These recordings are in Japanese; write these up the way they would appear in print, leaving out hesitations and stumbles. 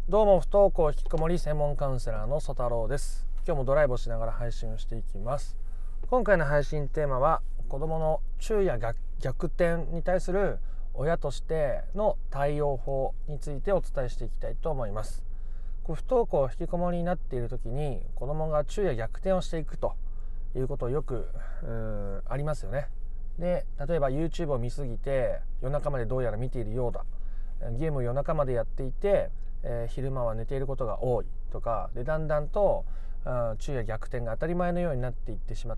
どうも不登校引きこもり専門カウンセラーの曽太郎です。今日もドライブをしながら配信をしていきます。今回の配信テーマは子どもの昼夜逆転に対する親としての対応法についてお伝えしていきたいと思います。不登校引きこもりになっている時に子どもが昼夜逆転をしていくということをよくありますよね。で、例えば YouTube を見すぎて夜中までどうやら見ているようだ、ゲームを夜中までやっていて昼間は寝ていることが多いとかで、だんだんと昼夜逆転が当たり前のようになっていってしまって、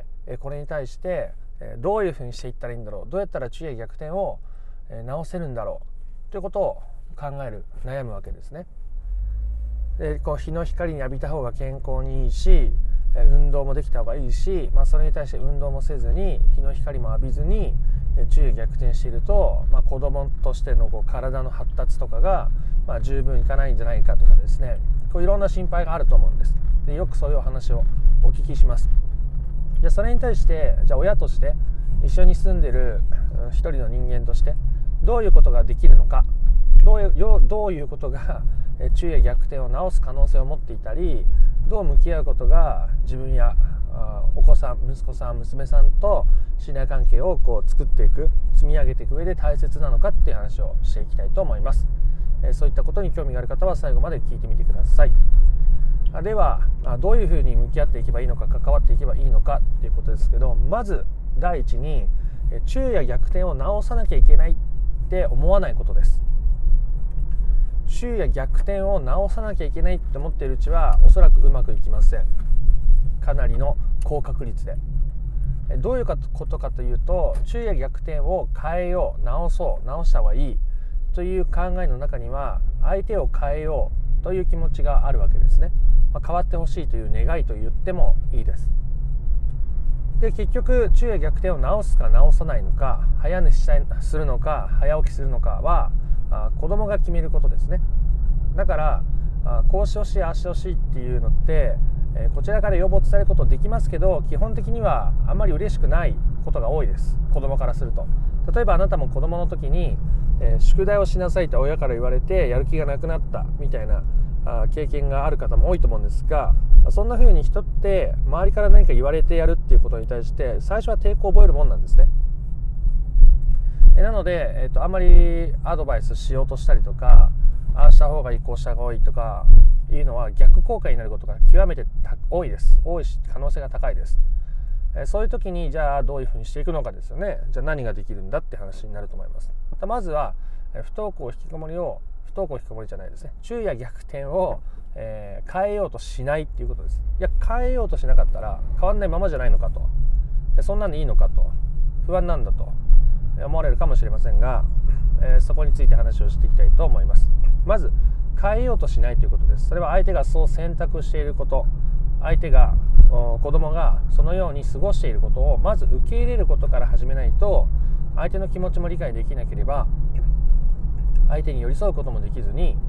これに対してどういうふうにしていったらいいんだろう、どうやったら昼夜逆転を直せるんだろうということを考える、悩むわけですね。で、日の光に浴びた方が健康にいいし、運動もできた方がいいし、それに対して運動もせずに日の光も浴びずに昼夜逆転していると、子供としての体の発達とかが十分いかないんじゃないかとかですね、いろんな心配があると思うんです。で、よくそういうお話をお聞きします。で、それに対してじゃあ親として一緒に住んでる一人の人間としてどういうことができるのか、どういうことが昼夜逆転を直す可能性を持っていたり、どう向き合うことが自分やお子さん、息子さん、娘さんと信頼関係を作っていく、積み上げていく上で大切なのかっていう話をしていきたいと思います。そういったことに興味がある方は最後まで聞いてみてください。ではどういうふうに向き合っていけばいいのか、関わっていけばいいのかっていうことですけど、まず第一に昼夜逆転を直さなきゃいけないって思わないことです。昼夜逆転を直さなきゃいけないって思っているうちはおそらくうまくいきません。かなりの高確率で。どういうことかというと、昼夜逆転を変えよう、直した方がいいという考えの中には相手を変えようという気持ちがあるわけですね。変わってほしいという願いと言ってもいいです。で、結局昼夜逆転を直すか直さないのか、早寝するのか早起きするのかは子供が決めることですね。だからこうしてほしい、ああしてほしいっていうのってこちらから要望を伝えることできますけど、基本的にはあんまり嬉しくないことが多いです。子供からすると。例えばあなたも子供の時に宿題をしなさいと親から言われてやる気がなくなったみたいな経験がある方も多いと思うんですが、そんな風に人って周りから何か言われてやるっていうことに対して最初は抵抗を覚えるもんなんですね。なので、あんまりアドバイスしようとしたりとか、ああした方がいい、こうした方がいいとかいうのは逆効果になることが極めて多いし、可能性が高いです。そういう時にじゃあどういうふうにしていくのかですよね。じゃあ何ができるんだって話になると思います。まずは不登校引きこもりじゃないですね、昼夜逆転を、変えようとしないっていうことです。いや、変えようとしなかったら変わんないままじゃないのかと、そんなんでいいのかと、不安なんだと思われるかもしれませんが、そこについて話をしていきたいと思います。まず変えようとしないということです。それは相手がそう選択していること、相手が子供がそのように過ごしていることをまず受け入れることから始めないと、相手の気持ちも理解できなければ相手に寄り添うこともできずに、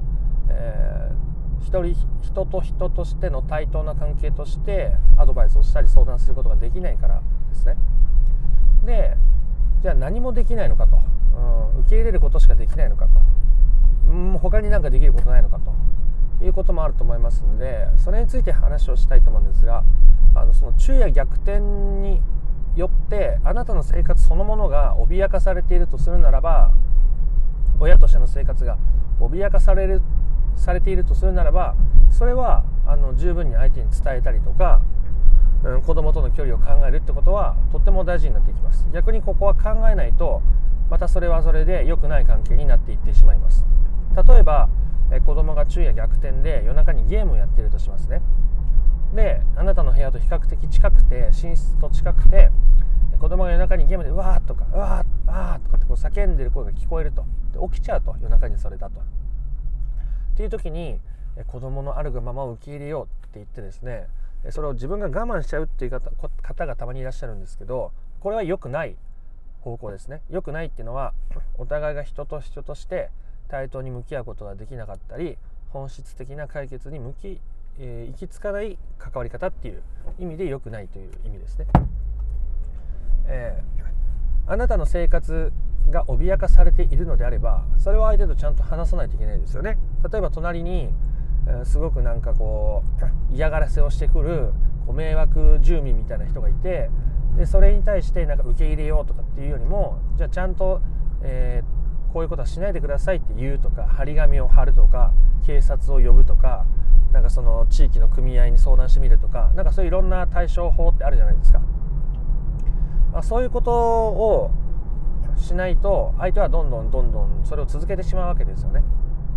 人と人としての対等な関係としてアドバイスをしたり相談することができないからですね。で、じゃあ何もできないのかと、受け入れることしかできないのかと、他に何かできることないのかということもあると思いますので、それについて話をしたいと思うんですが、その昼夜逆転によってあなたの生活そのものが脅かされているとするならば、親としての生活が脅かされているとするならば、それは十分に相手に伝えたりとか、子供との距離を考えるってことはとっても大事になっていきます。逆にここは考えないと、またそれはそれで良くない関係になっていってしまいます。例えば子供が昼夜逆転で夜中にゲームをやっているとしますね。で、あなたの部屋と比較的近くて、寝室と近くて、子供が夜中にゲームでうわーとかうわーあーとかって叫んでる声が聞こえると、で起きちゃうと、夜中にそれだとっていう時に子供のあるがままを受け入れようって言ってですね、それを自分が我慢しちゃうっていう方がたまにいらっしゃるんですけど、これは良くない方向ですね。良くないっていうのは、お互いが人と人として対等に向き合うことができなかったり、本質的な解決に行き着かない関わり方っていう意味で良くないという意味ですね。あなたの生活が脅かされているのであれば、それを相手とちゃんと話さないといけないですよね。例えば隣にすごくなんかこう嫌がらせをしてくる迷惑住民みたいな人がいて、でそれに対してなんか受け入れようとかっていうよりも、じゃあちゃんと、こういうことはしないでくださいって言うとか、張り紙を貼るとか、警察を呼ぶとか、なんかその地域の組合に相談してみるとか、なんかそういういろんな対処法ってあるじゃないですか。そういうことをしないと相手はどんどんそれを続けてしまうわけですよね。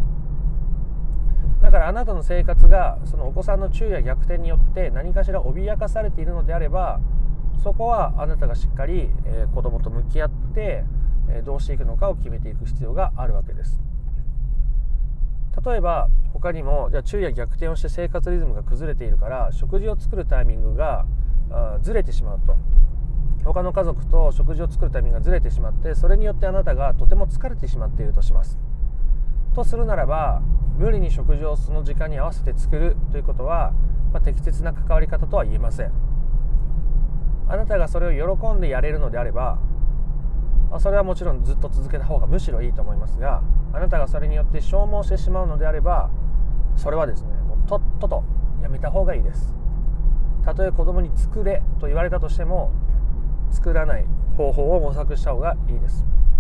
だからあなたの生活がそのお子さんの昼夜逆転によって何かしら脅かされているのであれば、そこはあなたがしっかり子供と向き合ってどうしていくのかを決めていく必要があるわけです。例えば他にも、じゃあ昼夜逆転をして生活リズムが崩れているから食事を作るタイミングがずれてしまうと、他の家族と食事を作るタイミングがずれてしまって、それによってあなたがとても疲れてしまっているとします。とするならば、無理に食事をその時間に合わせて作るということは、適切な関わり方とは言えません。あなたがそれを喜んでやれるのであれば、それはもちろんずっと続けた方がむしろいいと思いますが、あなたがそれによって消耗してしまうのであれば、それはですね、もうとっととやめた方がいいです。たとえ子供に作れと言われたとしても、作らない方法を模索した方がいいです。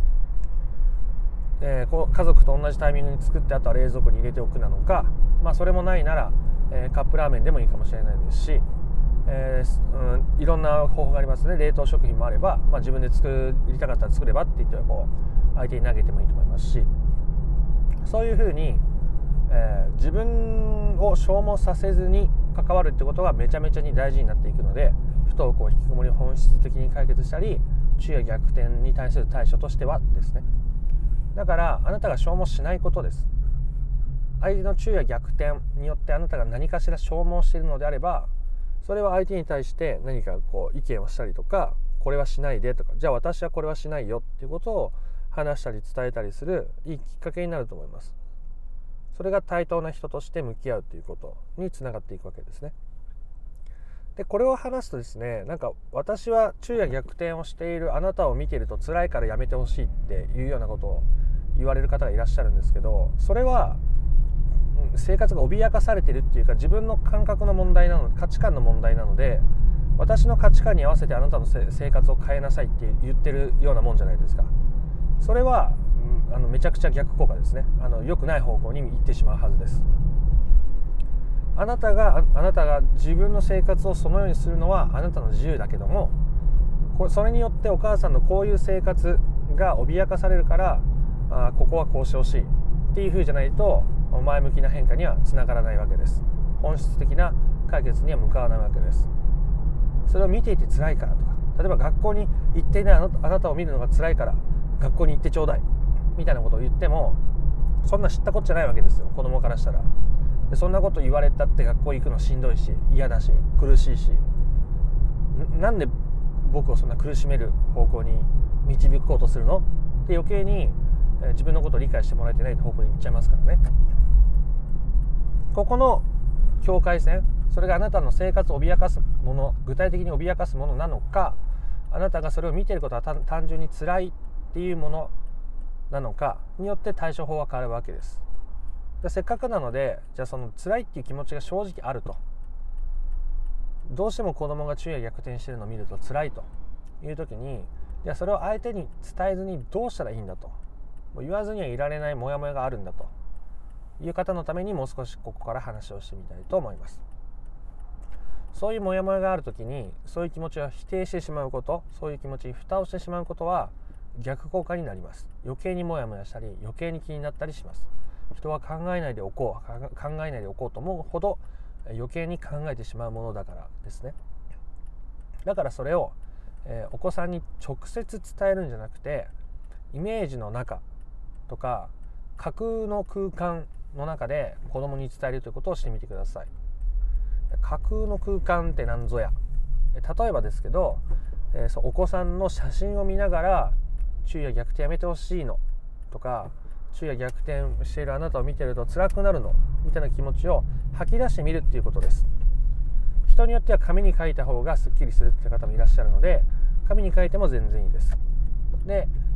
家族と同じタイミングに作って、あとは冷蔵庫に入れておくなのか、それもないなら、カップラーメンでもいいかもしれないですし、いろんな方法がありますね。冷凍食品もあれば、自分で作りたかったら作ればって言って相手に投げてもいいと思いますし、そういうふうに、自分を消耗させずに関わるってことがめちゃめちゃに大事になっていくので、不登校引きこもりを本質的に解決したり、昼夜逆転に対する対処としてはですね。だからあなたが消耗しないことです。相手の昼夜逆転によってあなたが何かしら消耗しているのであれば、それは相手に対して何か意見をしたりとか、これはしないでとか、じゃあ私はこれはしないよっていうことを話したり伝えたりするいいきっかけになると思います。それが対等な人として向き合うということにつながっていくわけですね。でこれを話すとですね、なんか私は昼夜逆転をしているあなたを見ていると辛いからやめてほしいっていうようなことを言われる方がいらっしゃるんですけど、それは生活が脅かされているっていうか、自分の感覚の問題なので、価値観の問題なので、私の価値観に合わせてあなたの生活を変えなさいって言ってるようなもんじゃないですか。それはめちゃくちゃ逆効果ですね。良くない方向に行ってしまうはずです。あなたが自分の生活をそのようにするのはあなたの自由だけども、それによってお母さんのこういう生活が脅かされるから、ここはこうしてほしいっていう風じゃないと前向きな変化にはつながらないわけです。本質的な解決には向かわないわけです。それを見ていて辛いからとか、例えば学校に行っていないあなたを見るのが辛いから学校に行ってちょうだいみたいなことを言っても、そんな知ったこっちゃないわけですよ、子供からしたら。でそんなこと言われたって学校行くのしんどいし嫌だし苦しいし、なんで僕をそんな苦しめる方向に導こうとするのって余計に自分のことを理解してもらえてない方向に行っちゃいますからね。ここの境界線、それがあなたの生活を脅かすもの、具体的に脅かすものなのか、あなたがそれを見ていることは単純に辛いっていうものなのかによって対処法は変わるわけです。でせっかくなので、じゃあその辛いっていう気持ちが正直あると、どうしても子供が昼夜逆転してるのを見ると辛いという時に、じゃあそれを相手に伝えずにどうしたらいいんだと、もう言わずにはいられないモヤモヤがあるんだという方のために、もう少しここから話をしてみたいと思います。そういうモヤモヤがあるときに、そういう気持ちを否定してしまうこと、そういう気持ちに蓋をしてしまうことは逆効果になります。余計にモヤモヤしたり余計に気になったりします。人は考えないでおこうと思うほど余計に考えてしまうものだからですね。だからそれを、お子さんに直接伝えるんじゃなくて、イメージの中とか架空の空間の中で子供に伝えるということをしてみてください。架空の空間って何ぞや。例えばですけど、お子さんの写真を見ながら昼夜逆転やめてほしいのとか、昼夜逆転しているあなたを見ていると辛くなるのみたいな気持ちを吐き出してみるっていうことです。人によっては紙に書いた方がすっきりするって方もいらっしゃるので、紙に書いても全然いいです。で、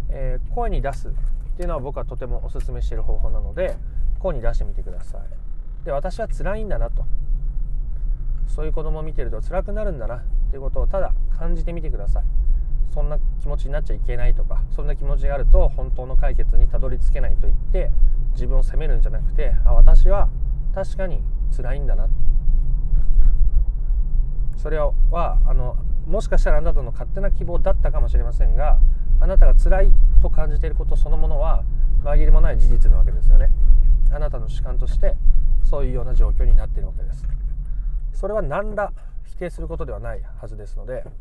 声に出すっていうのは僕はとてもお勧めしている方法なので、声に出してみてください。で、私は辛いんだなと、そういう子供を見てると辛くなるんだなっていうことをただ感じてみてください。そんな気持ちになっちゃいけないとか、そんな気持ちがあると本当の解決にたどり着けないと言って自分を責めるんじゃなくて、私は確かに辛いんだな、それはもしかしたらあなたの勝手な希望だったかもしれませんが、あなたが辛いと感じていることそのものは紛れもない事実なわけですよね。あなたの主観としてそういうような状況になっているわけです。それは何ら否定することではないはずですので、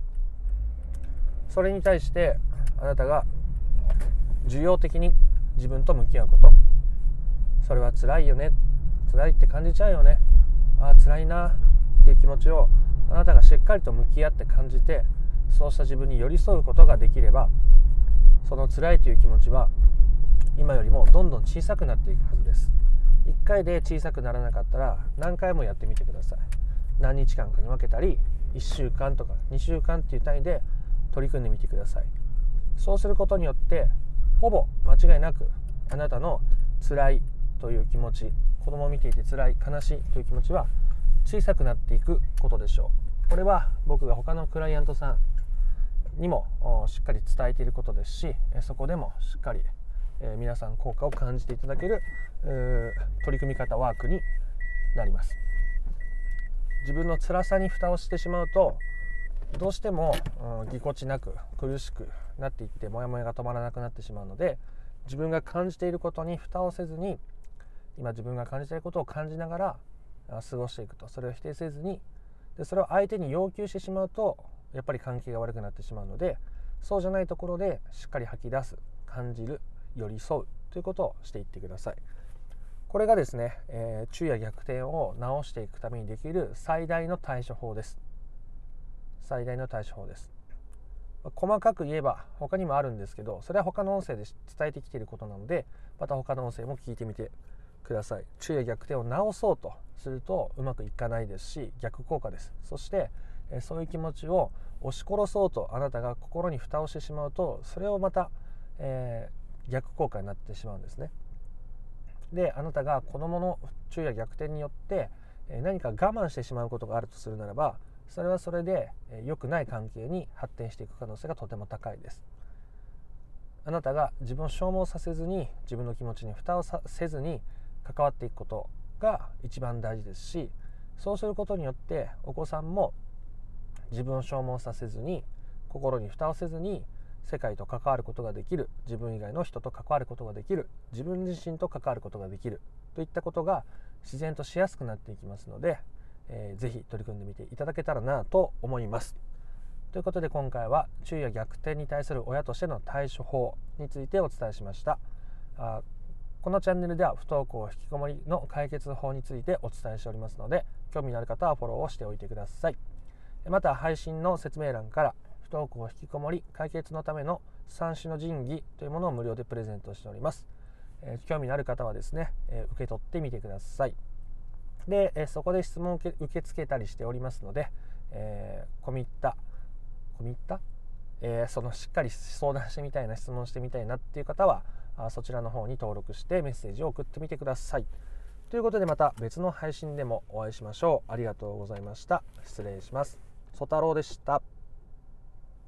それに対してあなたが受容的に自分と向き合うこと、それは辛いよね、辛いって感じちゃうよね、辛いなっていう気持ちをあなたがしっかりと向き合って感じて、そうした自分に寄り添うことができれば、その辛いという気持ちは今よりもどんどん小さくなっていくはずです。1回で小さくならなかったら何回もやってみてください。何日間かに分けたり1週間とか2週間っていう単位で取り組んでみてください。そうすることによってほぼ間違いなくあなたの辛いという気持ち、子供を見ていて辛い、悲しいという気持ちは小さくなっていくことでしょう。これは僕が他のクライアントさんにもしっかり伝えていることですし、そこでもしっかり皆さん効果を感じていただける取り組み方ワークになります。自分の辛さに蓋をしてしまうとどうしてもぎこちなく苦しくなっていってモヤモヤが止まらなくなってしまうので、自分が感じていることに蓋をせずに、今自分が感じていることを感じながら過ごしていくと、それを否定せずに、でそれを相手に要求してしまうとやっぱり関係が悪くなってしまうので、そうじゃないところでしっかり吐き出す、感じる、寄り添うということをしていってください。これがですね、昼夜逆転を直していくためにできる最大の対処法です。最大の対処法です。細かく言えば他にもあるんですけど、それは他の音声で伝えてきていることなので、また他の音声も聞いてみてください。昼夜逆転を直そうとするとうまくいかないですし、逆効果です。そしてそういう気持ちを押し殺そうとあなたが心に蓋をしてしまうと、それをまた、逆効果になってしまうんですね。で、あなたが子どもの昼夜逆転によって何か我慢してしまうことがあるとするならば、それはそれで良くない関係に発展していく可能性がとても高いです。あなたが自分を消耗させずに、自分の気持ちに蓋をせずに関わっていくことが一番大事ですし、そうすることによってお子さんも自分を消耗させずに、心に蓋をせずに世界と関わることができる、自分以外の人と関わることができる、自分自身と関わることができるといったことが自然としやすくなっていきますので、ぜひ取り組んでみていただけたらなと思います。ということで今回は昼夜逆転に対する親としての対処法についてお伝えしました。このチャンネルでは不登校引きこもりの解決法についてお伝えしておりますので、興味のある方はフォローをしておいてください。また配信の説明欄から不登校引きこもり解決のための3種の神器というものを無料でプレゼントしております。興味のある方はですね、受け取ってみてください。で、そこで質問を受け付けたりしておりますので、込み入ったそのしっかり相談してみたいな、質問してみたいなっていう方はそちらの方に登録してメッセージを送ってみてください。ということでまた別の配信でもお会いしましょう。ありがとうございました。失礼します。ソタロウでした。